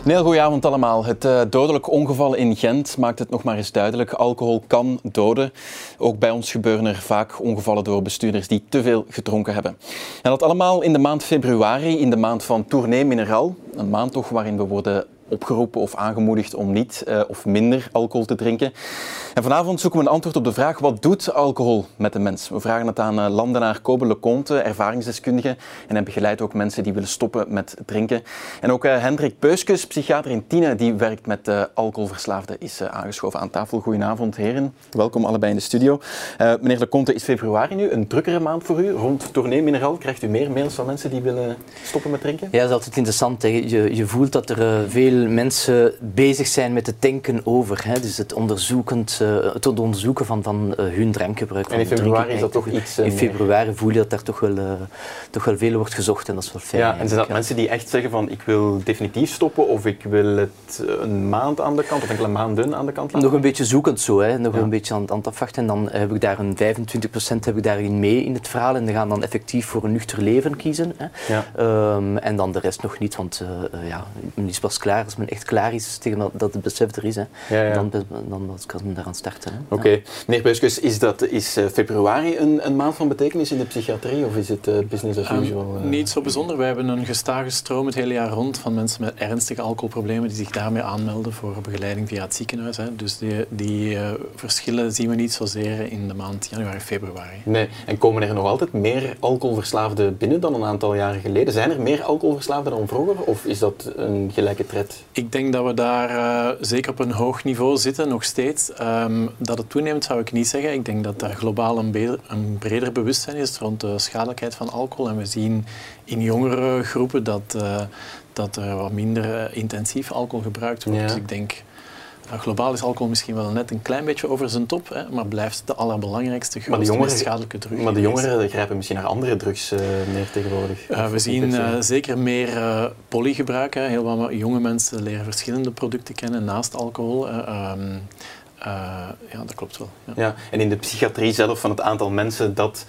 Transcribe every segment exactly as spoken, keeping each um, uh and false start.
Een heel goeie avond allemaal. Het uh, dodelijk ongeval in Gent maakt het nog maar eens duidelijk. Alcohol kan doden. Ook bij ons gebeuren er vaak ongevallen door bestuurders die te veel gedronken hebben. En dat allemaal in de maand februari, in de maand van Tournee Mineraal. Een maand toch waarin we worden opgeroepen of aangemoedigd om niet uh, of minder alcohol te drinken. En vanavond zoeken we een antwoord op de vraag: wat doet alcohol met de mens? We vragen het aan uh, landenaar Kobe Leconte, ervaringsdeskundige, en hij begeleidt ook mensen die willen stoppen met drinken. En ook uh, Hendrik Peuskus, psychiater in Tiene, die werkt met uh, alcoholverslaafden, is uh, aangeschoven aan tafel. Goedenavond, heren. Welkom allebei in de studio. Uh, meneer Leconte, is februari nu een drukkere maand voor u? Rond Tournee Mineraal krijgt u meer mails van mensen die willen stoppen met drinken? Ja, dat is altijd interessant. Hè. Je, je voelt dat er uh, veel mensen bezig zijn met het denken over. Hè. Dus het, onderzoekend, uh, het onderzoeken van, van uh, hun drankgebruik. En in februari is dat toch iets... Uh, in februari voel je dat daar toch wel, uh, toch wel veel wordt gezocht en dat is wel fijn. Ja, en zijn dat ja. mensen die echt zeggen van ik wil definitief stoppen of ik wil het een maand aan de kant of enkele maanden aan de kant laten? Nog een beetje zoekend zo, hè. Nog ja. een beetje aan, aan het afwachten en dan heb ik daar een vijfentwintig procent heb ik daarin mee in het verhaal en die gaan dan effectief voor een nuchter leven kiezen. Hè. Ja. Um, en dan de rest nog niet, want uh, uh, ja, men is pas klaar als men echt klaar is tegen dat, dat het besef er is. Hè. Ja, ja. Dan, dan kan men daaraan starten. Oké. Okay. Ja. Meneer Peuskus, is, dat, is uh, februari een, een maand van betekenis in de psychiatrie of is het uh, business as usual? Uh... Um, niet zo bijzonder. Wij hebben een gestage stroom het hele jaar rond van mensen met ernstige alcoholproblemen die zich daarmee aanmelden voor begeleiding via het ziekenhuis. Hè. Dus die, die uh, verschillen zien we niet zozeer in de maand januari, februari. Nee. En komen er nog altijd meer alcoholverslaafden binnen dan een aantal jaren geleden? Zijn er meer alcoholverslaafden dan vroeger of is dat een gelijke tred? Ik denk dat we daar uh, zeker op een hoog niveau zitten, nog steeds. Um, dat het toeneemt zou ik niet zeggen. Ik denk dat er globaal een, be- een breder bewustzijn is rond de schadelijkheid van alcohol. En we zien in jongere groepen dat, uh, dat er wat minder uh, intensief alcohol gebruikt wordt. Ja. Dus ik denk... Uh, globaal is alcohol misschien wel net een klein beetje over zijn top, hè, maar blijft de allerbelangrijkste, grootste, meest schadelijke drug. Maar de jongeren grijpen misschien naar andere drugs uh, meer tegenwoordig? Uh, we zien uh, zeker meer uh, polygebruik. Hè. Heel wat jonge mensen leren verschillende producten kennen naast alcohol. Uh, um, uh, ja, dat klopt wel. Ja. Ja, en in de psychiatrie zelf van het aantal mensen dat...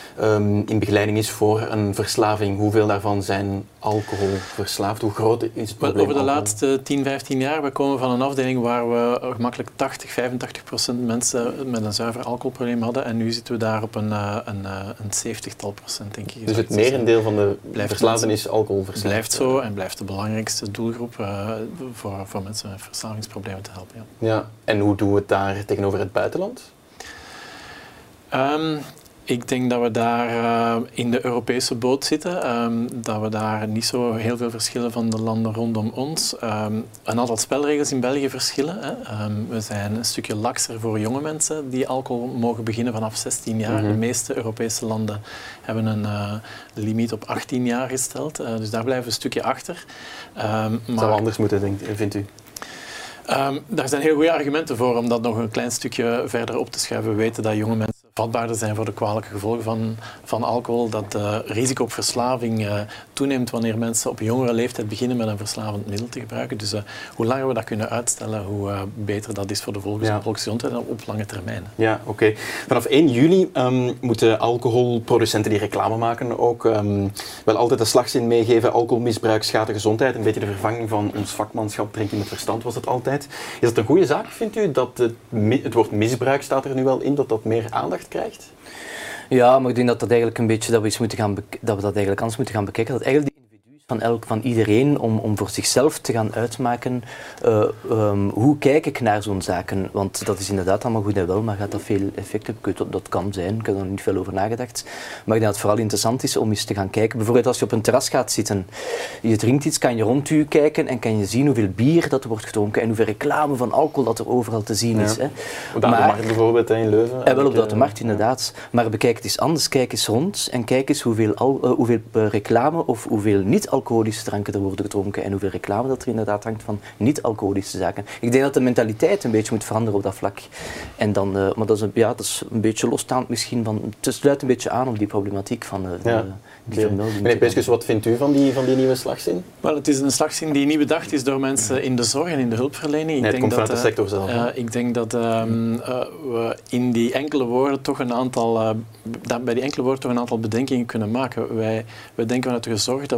Um, in begeleiding is voor een verslaving. Hoeveel daarvan zijn alcoholverslaafd? Hoe groot is het probleem? Well, over de alcohol? laatste tien, vijftien jaar, we komen van een afdeling waar we gemakkelijk tachtig, vijfentachtig procent mensen met een zuiver alcoholprobleem hadden. En nu zitten we daar op een, een, een zeventigtal procent, denk ik. Dus het merendeel van de verslaafden is alcoholverslaafd? Blijft zo en blijft de belangrijkste doelgroep uh, voor, voor mensen met verslavingsproblemen te helpen. Ja. Ja. En hoe doen we het daar tegenover het buitenland? Um, Ik denk dat we daar uh, in de Europese boot zitten, um, dat we daar niet zo heel veel verschillen van de landen rondom ons. Um, een aantal spelregels in België verschillen. Hè. Um, we zijn een stukje lakser voor jonge mensen die alcohol mogen beginnen vanaf zestien jaar. Mm-hmm. De meeste Europese landen hebben een uh, limiet op achttien jaar gesteld, uh, dus daar blijven we een stukje achter. Um, maar... Zou anders moeten, denk, vindt u? Um, daar zijn heel goede argumenten voor om dat nog een klein stukje verder op te schuiven. We weten dat jonge mensen vatbaarder zijn voor de kwalijke gevolgen van, van alcohol. Dat het uh, risico op verslaving uh, toeneemt wanneer mensen op jongere leeftijd beginnen met een verslavend middel te gebruiken. Dus uh, hoe langer we dat kunnen uitstellen, hoe uh, beter dat is voor de volks- ja. volksgezondheid op lange termijn. Ja, oké. Okay. Vanaf één juli um, moeten alcoholproducenten die reclame maken ook um, wel altijd de slagzin meegeven: alcoholmisbruik schaadt de gezondheid. Een beetje de vervanging van ons vakmanschap, drinken met verstand was het altijd. Is dat een goede zaak, vindt u? Dat het, het woord misbruik staat er nu wel in, dat dat meer aandacht krijgt? Ja, maar ik denk dat, dat, eigenlijk een beetje, dat, we, eens moeten gaan bek- dat we dat eigenlijk anders moeten gaan bekijken. Dat eigenlijk de individu is van, elk, van iedereen om, om voor zichzelf te gaan uitmaken uh, um, hoe kijk ik naar zo'n zaken. Want dat is inderdaad allemaal goed en wel, maar gaat dat veel effect hebben? Dat, dat kan zijn, ik heb er niet veel over nagedacht. Maar ik denk dat het vooral interessant is om eens te gaan kijken. Bijvoorbeeld als je op een terras gaat zitten, je drinkt iets, kan je rond u kijken en kan je zien hoeveel bier dat er wordt gedronken en hoeveel reclame van alcohol dat er overal te zien is. Ja. Hè. Op de Markt bijvoorbeeld in Leuven. En wel op de Markt inderdaad. Ja. Maar bekijk het eens anders, kijk eens rond en kijk eens hoeveel, al, uh, hoeveel uh, reclame of hoeveel niet-alcoholische dranken er worden gedronken en hoeveel reclame dat er inderdaad hangt van niet-alcoholische zaken. Ik denk dat de mentaliteit een beetje moet veranderen op dat vlak. En dan, uh, maar dat is, een, ja, dat is een beetje losstaand misschien van, het sluit een beetje aan op die problematiek van uh, ja. de, die vermelding. Meneer Peuskus, wat vindt u van die, van die nieuwe slagzin? Wel, het is een slagzin die niet bedacht is door mensen in de zorg en in de hulpverlening. Ik nee, het denk komt dat, vanuit de sector zelf. Uh, ik denk dat um, uh, we in die enkele woorden toch een aantal, uh, dat bij die enkele woorden toch een aantal bedenkingen kunnen maken. Wij, wij denken vanuit de zorg dat we beter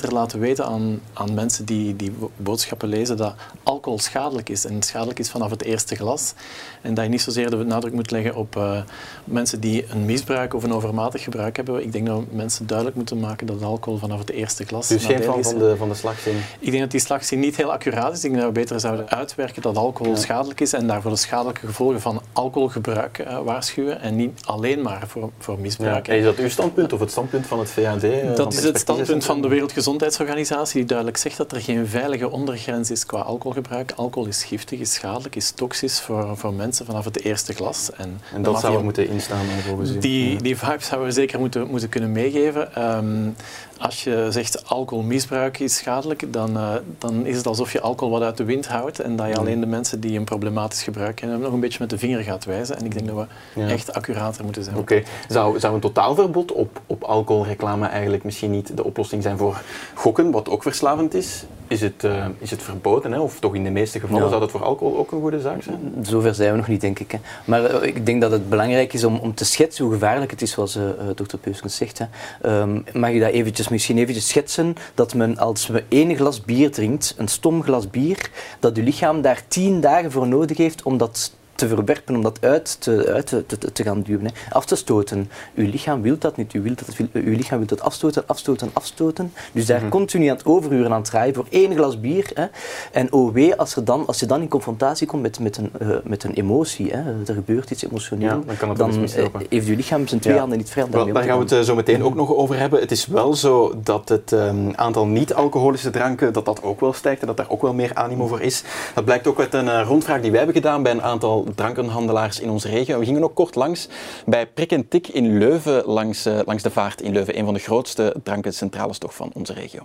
beter laten weten aan, aan mensen die die boodschappen lezen dat alcohol schadelijk is. En schadelijk is vanaf het eerste glas. En dat je niet zozeer de nadruk moet leggen op uh, mensen die een misbruik of een overmatig gebruik hebben. Ik denk dat mensen duidelijk moeten maken dat alcohol vanaf het eerste glas dus geen van, van, de, van de slagzin? Ik denk dat die slagzin niet heel accuraat is. Ik denk dat we beter zouden uitwerken dat alcohol ja. schadelijk is en daarvoor de schadelijke gevolgen van alcoholgebruik uh, waarschuwen en niet alleen maar voor, voor misbruik. Ja. Is dat uw standpunt of het standpunt van het V A D? Uh, dat is het standpunt van de Wereldgezondheidsorganisatie die duidelijk zegt dat er geen veilige ondergrens is qua alcoholgebruik. Alcohol is giftig, is schadelijk, is toxisch voor, voor mensen vanaf het eerste glas. En, en dat zou er moeten instaan volgens u? Die, ja. die vibe zouden we zeker moeten, moeten kunnen meegeven. Um, als je zegt alcoholmisbruik is schadelijk, dan, uh, dan is het alsof je alcohol wat uit de wind houdt en dat je alleen de mensen die een problematisch gebruik hebben nog een beetje met de vinger gaat wijzen. En ik denk dat we ja. echt accurater moeten zijn. Oké. Okay. Zou, zou een totaalverbod op, op alcoholreclame eigenlijk misschien niet de oplossing zijn voor gokken, wat ook verslavend is? Is het, uh, is het verboden, hè? Of toch in de meeste gevallen ja. zou dat voor alcohol ook een goede zaak zijn? Zover zijn we nog niet, denk ik. Hè. Maar uh, ik denk dat het belangrijk is om, om te schetsen hoe gevaarlijk het is, zoals uh, dokter Peuskens zegt. Hè. Um, mag je dat eventjes, misschien eventjes schetsen, dat men als we één glas bier drinkt, een stom glas bier, dat je lichaam daar tien dagen voor nodig heeft om dat te verwerpen, om dat uit te, uit te, te, te gaan duwen, hè. Af te stoten. Uw lichaam wil dat niet. U wilt dat, uw lichaam wil dat afstoten, afstoten, afstoten. Dus daar mm-hmm. continu aan het overuren aan het draaien voor één glas bier. Hè. En oh wee, als, er dan, als je dan in confrontatie komt met, met, een, uh, met een emotie, hè. Er gebeurt iets emotioneel, ja, dan, kan het dan uh, heeft uw lichaam zijn twee ja. handen niet vrij om daarmee Wel, daar gaan we het uh, zo meteen ook nog over hebben. Het is wel zo dat het um, aantal niet-alcoholische dranken, dat dat ook wel stijgt en dat daar ook wel meer animo voor is. Dat blijkt ook uit een uh, rondvraag die wij hebben gedaan bij een aantal drankenhandelaars in onze regio. We gingen ook kort langs bij Prik en Tik in Leuven, langs, uh, langs de Vaart in Leuven, een van de grootste drankencentrales toch van onze regio.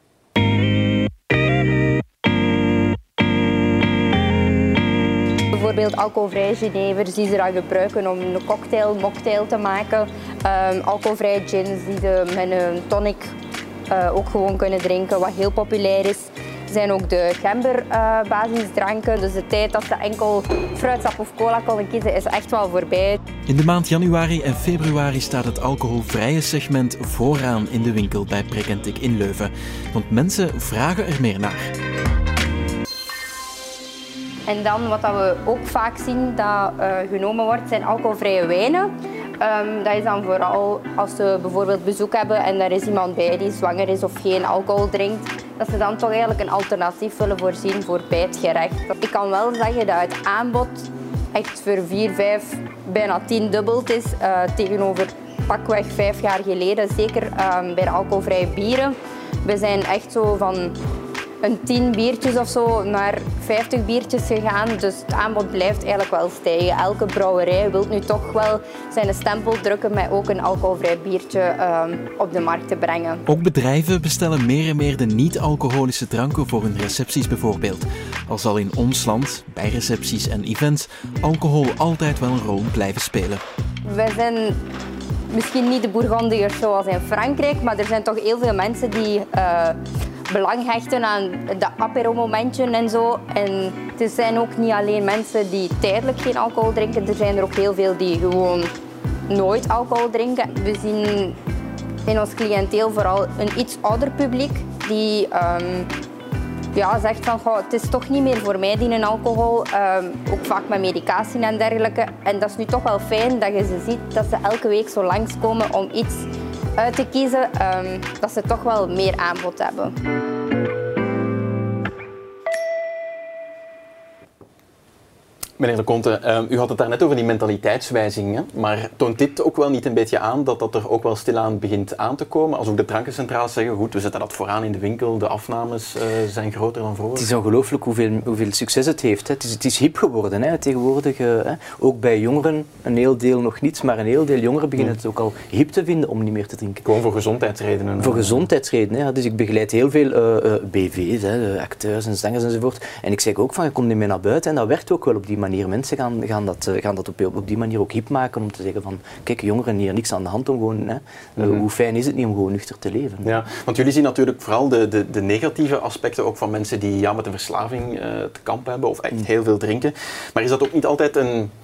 Bijvoorbeeld alcoholvrije genevers die ze dan gebruiken om een cocktail, mocktail te maken. Um, alcoholvrije gins die ze met een tonic uh, ook gewoon kunnen drinken, wat heel populair is. Er zijn ook de gember-basisdranken, uh, dus de tijd dat ze enkel fruitsap of cola konden kiezen is echt wel voorbij. In de maand januari en februari staat het alcoholvrije segment vooraan in de winkel bij Prik en Tik in Leuven. Want mensen vragen er meer naar. En dan wat we ook vaak zien dat uh, genomen wordt, zijn alcoholvrije wijnen. Um, dat is dan vooral als ze bijvoorbeeld bezoek hebben en er is iemand bij die zwanger is of geen alcohol drinkt, dat ze dan toch eigenlijk een alternatief willen voorzien voor bij het gerecht. Ik kan wel zeggen dat het aanbod echt voor vier, vijf, bijna tien dubbeld is uh, tegenover pakweg vijf jaar geleden, zeker um, bij de alcoholvrije bieren. We zijn echt zo van een tien biertjes of zo naar vijftig biertjes gegaan. Dus het aanbod blijft eigenlijk wel stijgen. Elke brouwerij wil nu toch wel zijn stempel drukken met ook een alcoholvrij biertje um, op de markt te brengen. Ook bedrijven bestellen meer en meer de niet-alcoholische dranken voor hun recepties bijvoorbeeld. Al zal in ons land, bij recepties en events, alcohol altijd wel een rol blijven spelen. Wij zijn misschien niet de Bourgondiërs zoals in Frankrijk, maar er zijn toch heel veel mensen die uh, belang hechten aan de apéro-momentje en zo. En het zijn ook niet alleen mensen die tijdelijk geen alcohol drinken, er zijn er ook heel veel die gewoon nooit alcohol drinken. We zien in ons cliënteel vooral een iets ouder publiek die um, ja, zegt van goh, het is toch niet meer voor mij die een alcohol, um, ook vaak met medicatie en dergelijke. En dat is nu toch wel fijn dat je ze ziet dat ze elke week zo langskomen om iets uit te kiezen, um, dat ze toch wel meer aanbod hebben. Meneer De Conte, uh, u had het daarnet over die mentaliteitswijzing, hè? Maar toont dit ook wel niet een beetje aan dat dat er ook wel stilaan begint aan te komen? Als ook de drankencentrales zeggen, goed, we zetten dat vooraan in de winkel, de afnames uh, zijn groter dan vroeger. Het is ongelooflijk hoeveel, hoeveel succes het heeft. Hè. Het, is, het is hip geworden, hè, tegenwoordig. Uh, hè. Ook bij jongeren, een heel deel nog niet, maar een heel deel jongeren beginnen mm. het ook al hip te vinden om niet meer te drinken. Gewoon voor gezondheidsredenen. Voor gezondheidsredenen, hè. Dus ik begeleid heel veel uh, uh, B V's, hè, acteurs en zangers enzovoort. En ik zeg ook van, je komt niet meer naar buiten en dat werkt ook wel op die manier. manier. Mensen gaan, gaan dat, gaan dat op, op die manier ook hip maken om te zeggen van kijk, jongeren, hier niks aan de hand om gewoon, hè, mm-hmm. hoe fijn is het niet om gewoon nuchter te leven. Ja, want jullie zien natuurlijk vooral de, de, de negatieve aspecten ook van mensen die ja, met een verslaving uh, te kampen hebben of echt heel veel drinken. Maar is dat ook niet altijd een...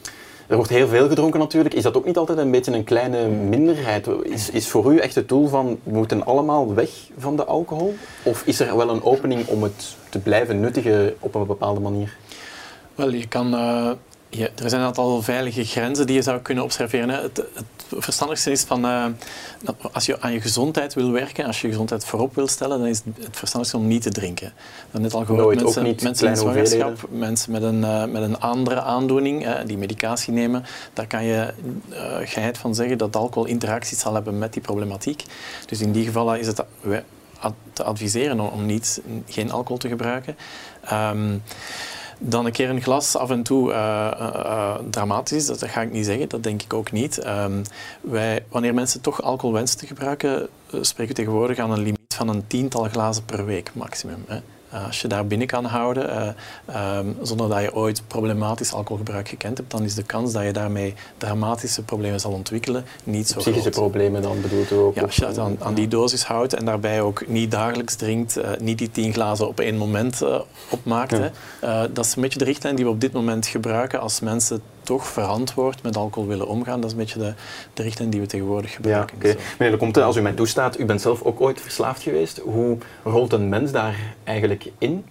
Er wordt heel veel gedronken natuurlijk. Is dat ook niet altijd een beetje een kleine minderheid? Is, is voor u echt het doel van, we moeten allemaal weg van de alcohol? Of is er wel een opening om het te blijven nuttigen op een bepaalde manier? Wel, je kan... Uh... Ja, er zijn een aantal veilige grenzen die je zou kunnen observeren. Het, het verstandigste is van, uh, als je aan je gezondheid wil werken, als je je gezondheid voorop wil stellen, dan is het verstandigste om niet te drinken. Dan net al gehoord, Nooit, mensen, niet mensen in zwangerschap, mensen met een, uh, met een andere aandoening, uh, die medicatie nemen, daar kan je uh, geheid van zeggen dat alcohol interacties zal hebben met die problematiek. Dus in die gevallen is het te adviseren om, om niet, geen alcohol te gebruiken. Um, Dan een keer een glas af en toe uh, uh, uh, dramatisch is, dat, dat ga ik niet zeggen, dat denk ik ook niet. Um, wij, wanneer mensen toch alcohol wensen te gebruiken, uh, spreken we tegenwoordig aan een limiet van een tiental glazen per week maximum. Hè. Uh, als je daar binnen kan houden, uh, um, zonder dat je ooit problematisch alcoholgebruik gekend hebt, dan is de kans dat je daarmee dramatische problemen zal ontwikkelen niet zo groot. Psychische problemen dan bedoelt u ook? Ja, als je het aan, aan die dosis houdt en daarbij ook niet dagelijks drinkt, uh, niet die tien glazen op één moment uh, opmaakt. Ja. Hè. Uh, dat is een beetje de richtlijn die we op dit moment gebruiken als mensen toch verantwoord met alcohol willen omgaan. Dat is een beetje de, de richtlijn die we tegenwoordig gebruiken. Ja, okay. Meneer de Comte, als u mij toestaat, u bent zelf ook ooit verslaafd geweest. Hoe rolt een mens daar eigenlijk in?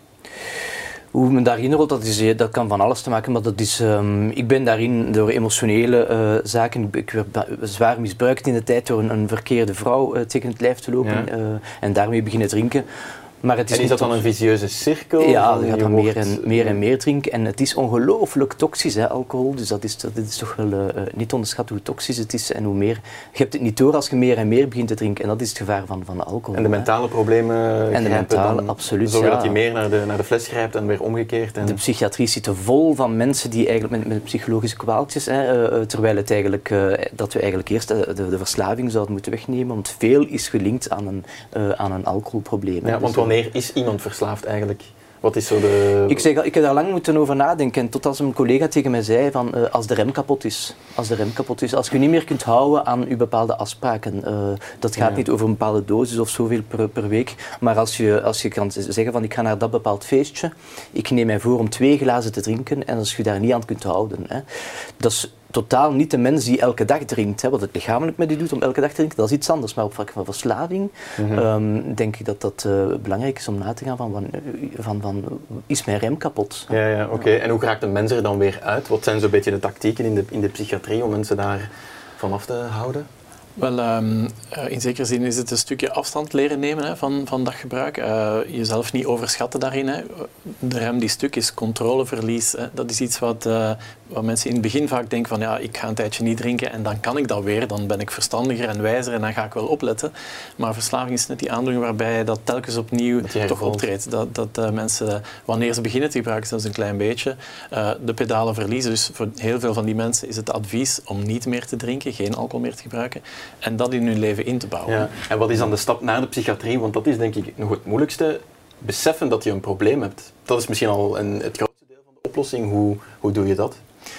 Hoe men daarin rolt, dat, is, dat kan van alles te maken, maar dat is, um, ik ben daarin door emotionele uh, zaken, ik werd zwaar misbruikt in de tijd door een, een verkeerde vrouw uh, tegen het lijf te lopen ja. uh, en daarmee beginnen drinken. Maar het is en is dat dan een vicieuze cirkel? Ja, je gaat dan meer en, meer en meer drinken. En het is ongelooflijk toxisch, hè, alcohol. Dus dat is, dat is toch wel uh, niet onderschat hoe toxisch het is. En hoe meer... Je hebt het niet door als je meer en meer begint te drinken. En dat is het gevaar van, van de alcohol. En de mentale problemen en de mentale, dan absoluut, zorgen ja. dat je meer naar de, naar de fles grijpt en weer omgekeerd. En... De psychiatrie zit er vol van mensen die eigenlijk met, met psychologische kwaaltjes, hè, uh, terwijl het eigenlijk, uh, dat we eigenlijk eerst de, de, de verslaving zouden moeten wegnemen. Want veel is gelinkt aan een, uh, aan een alcoholprobleem. Ja, want wanneer is iemand verslaafd eigenlijk? Wat is zo de... Ik, zeg, ik heb daar lang moeten over nadenken. En tot als een collega tegen mij zei van uh, als de rem kapot is. Als de rem kapot is. Als je niet meer kunt houden aan je bepaalde afspraken. Uh, dat gaat ja. niet over een bepaalde dosis of zoveel per, per week. Maar als je, als je kan zeggen van ik ga naar dat bepaald feestje. Ik neem mij voor om twee glazen te drinken. En als je daar niet aan kunt houden. Hè, dat is totaal niet de mens die elke dag drinkt. Hè. Wat het lichamelijk met u doet om elke dag te drinken, dat is iets anders. Maar op vlak van verslaving mm-hmm. um, denk ik dat dat uh, belangrijk is om na te gaan van, van, van, van is mijn rem kapot? Ja, ja oké. Okay. En hoe raakt een mens er dan weer uit? Wat zijn zo'n beetje de tactieken in de, in de psychiatrie om mensen daar vanaf te houden? Wel, um, uh, in zekere zin is het een stukje afstand leren nemen hè, van, van dat gebruik. Uh, jezelf niet overschatten daarin. Hè. De rem die stuk is controleverlies. Hè. Dat is iets wat, uh, wat mensen in het begin vaak denken van ja, ik ga een tijdje niet drinken en dan kan ik dat weer. Dan ben ik verstandiger en wijzer en dan ga ik wel opletten. Maar verslaving is net die aandoening waarbij dat telkens opnieuw toch optreedt. Dat, dat uh, mensen, wanneer ze beginnen te gebruiken, zelfs een klein beetje, uh, de pedalen verliezen. Dus voor heel veel van die mensen is het advies om niet meer te drinken, geen alcohol meer te gebruiken. En dat in hun leven in te bouwen. Ja. En wat is dan de stap naar de psychiatrie? Want dat is denk ik nog het moeilijkste. Beseffen dat je een probleem hebt. Dat is misschien al een, het grootste deel van de oplossing. Hoe, hoe doe je dat?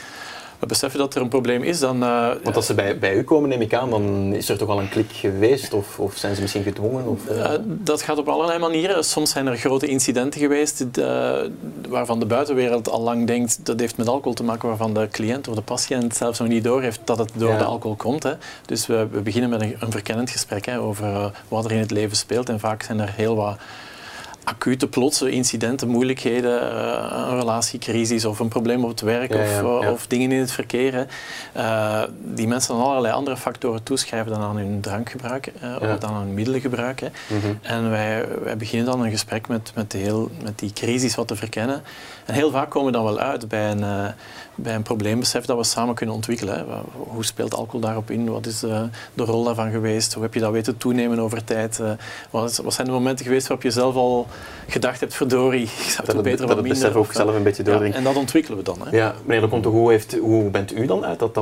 We beseffen dat er een probleem is, dan... Uh, Want als ze bij, bij u komen, neem ik aan, dan is er toch al een klik geweest? Of, of zijn ze misschien gedwongen? Of, uh... Uh, dat gaat op allerlei manieren. Soms zijn er grote incidenten geweest uh, waarvan de buitenwereld al lang denkt dat heeft met alcohol te maken, waarvan de cliënt of de patiënt zelfs nog niet door heeft dat het door ja. de alcohol komt. Hè. Dus we, we beginnen met een, een verkennend gesprek hè, over uh, wat er in het leven speelt. En vaak zijn er heel wat acute, plotse incidenten, moeilijkheden, uh, een relatiecrisis of een probleem op het werk ja, ja, of, ja. of dingen in het verkeer. Uh, die mensen dan allerlei andere factoren toeschrijven dan aan hun drankgebruik uh, ja. of dan aan hun middelengebruik. Hè. Mm-hmm. En wij, wij beginnen dan een gesprek met, met, de heel, met die crisis wat te verkennen. En heel vaak komen we dan wel uit bij een, uh, bij een probleembesef dat we samen kunnen ontwikkelen. Hè. Hoe speelt alcohol daarop in? Wat is uh, de rol daarvan geweest? Hoe heb je dat weten toenemen over tijd? Uh, wat, is, wat zijn de momenten geweest waarop je zelf al gedacht hebt, verdorie, ik zou het dat beter wat wat minder. Dat het besef ook zelf een beetje doordringt. Ja, en dat ontwikkelen we dan. Hè. Ja, meneer de Comte, hoe, heeft, hoe bent u dan uit dat al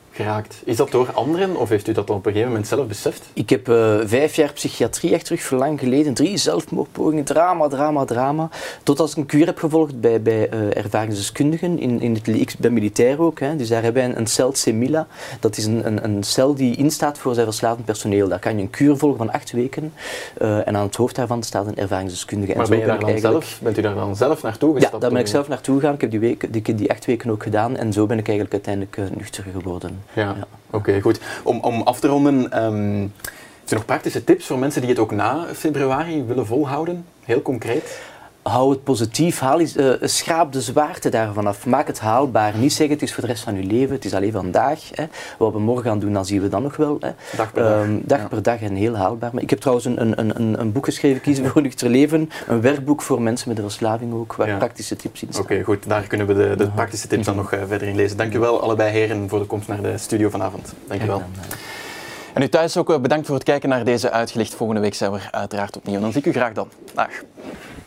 geraakt. Is dat door anderen of heeft u dat op een gegeven moment zelf beseft? Ik heb uh, vijf jaar psychiatrie echt terug, lang geleden. Drie zelfmoordpogingen, drama, drama, drama. Tot als ik een kuur heb gevolgd bij, bij uh, ervaringsdeskundigen. In, in het, ik ben militair ook, hè, dus daar hebben wij een, een cel Semilla. Dat is een, een, een cel die instaat voor zijn verslavend personeel. Daar kan je een kuur volgen van acht weken. Uh, en aan het hoofd daarvan staat een ervaringsdeskundige. Maar en ben, zo je daar ben dan eigenlijk... zelf, bent u daar dan zelf naartoe gestapt? Ja, daar ben ik zelf naartoe gegaan. Ik heb die, week, die, die acht weken ook gedaan. En zo ben ik eigenlijk uiteindelijk uh, nuchter geworden. Ja, ja. Oké, okay, goed. Om, om af te ronden, um, heeft u nog praktische tips voor mensen die het ook na februari willen volhouden? Heel concreet. Hou het positief, haal, uh, schraap de zwaarte daarvan af. Maak het haalbaar. Niet zeggen het is voor de rest van je leven, het is alleen vandaag. Hè. Wat we morgen gaan doen, dan zien we dan nog wel. Hè. Dag per dag. Um, dag ja. per dag en heel haalbaar. Maar ik heb trouwens een, een, een, een boek geschreven, Kiezen voor een nuchter leven. Een werkboek voor mensen met een verslaving ook, waar ja. praktische tips in staan. Oké, okay, goed. Daar kunnen we de, de praktische tips dan nog uh, verder in lezen. Dank u wel allebei heren voor de komst naar de studio vanavond. Dank u wel. En u thuis ook bedankt voor het kijken naar deze Uitgelicht. Volgende week zijn we er uiteraard opnieuw. Dan zie ik u graag dan. Dag.